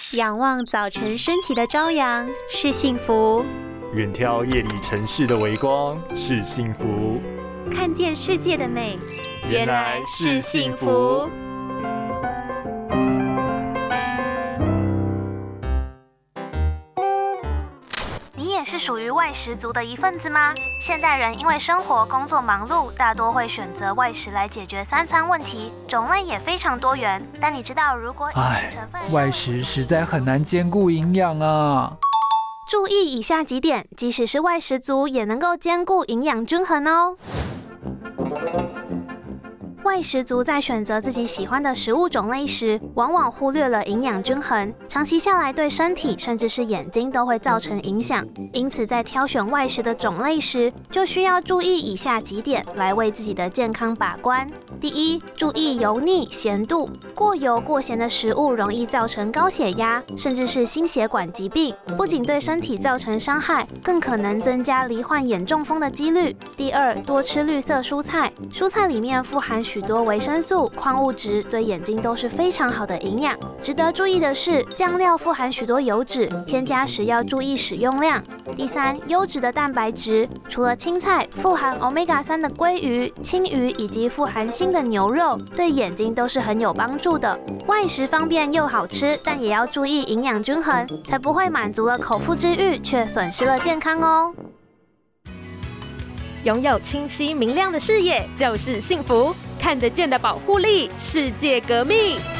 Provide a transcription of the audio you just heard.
仰望早晨升起的朝阳是幸福， 远眺夜里城市的微光是幸福， 看见世界的美原来是幸福。 你也是属于外食族的一份子吗？现代人因为生活工作忙碌，大多会选择外食来解决三餐问题，种类也非常多元。但你知道，如果饮食成分外食实在很难兼顾营养啊。 注意以下几点，即使是外食族也能够兼顾营养均衡哦。外食族在选择自己喜欢的食物种类时，往往忽略了营养均衡，长期下来对身体甚至是眼睛都会造成影响。因此，在挑选外食的种类时，就需要注意以下几点，来为自己的健康把关。第一，注意油腻、咸度。过油过咸的食物容易造成高血压，甚至是心血管疾病，不仅对身体造成伤害，更可能增加罹患眼中风的几率。第二，多吃绿色蔬菜，蔬菜里面富含许多维生素、矿物质，对眼睛都是非常好的营养。值得注意的是，酱料富含许多油脂，添加时要注意使用量。第三，优质的蛋白质，除了青菜，富含 Omega-3 的鲑鱼、青鱼以及富含锌的牛肉，对眼睛都是很有帮助的。外食方便又好吃，但也要注意营养均衡，才不会满足了口腹之欲，却损失了健康哦。 拥有清晰明亮的视野就是幸福，看得见的保护力，世界革命。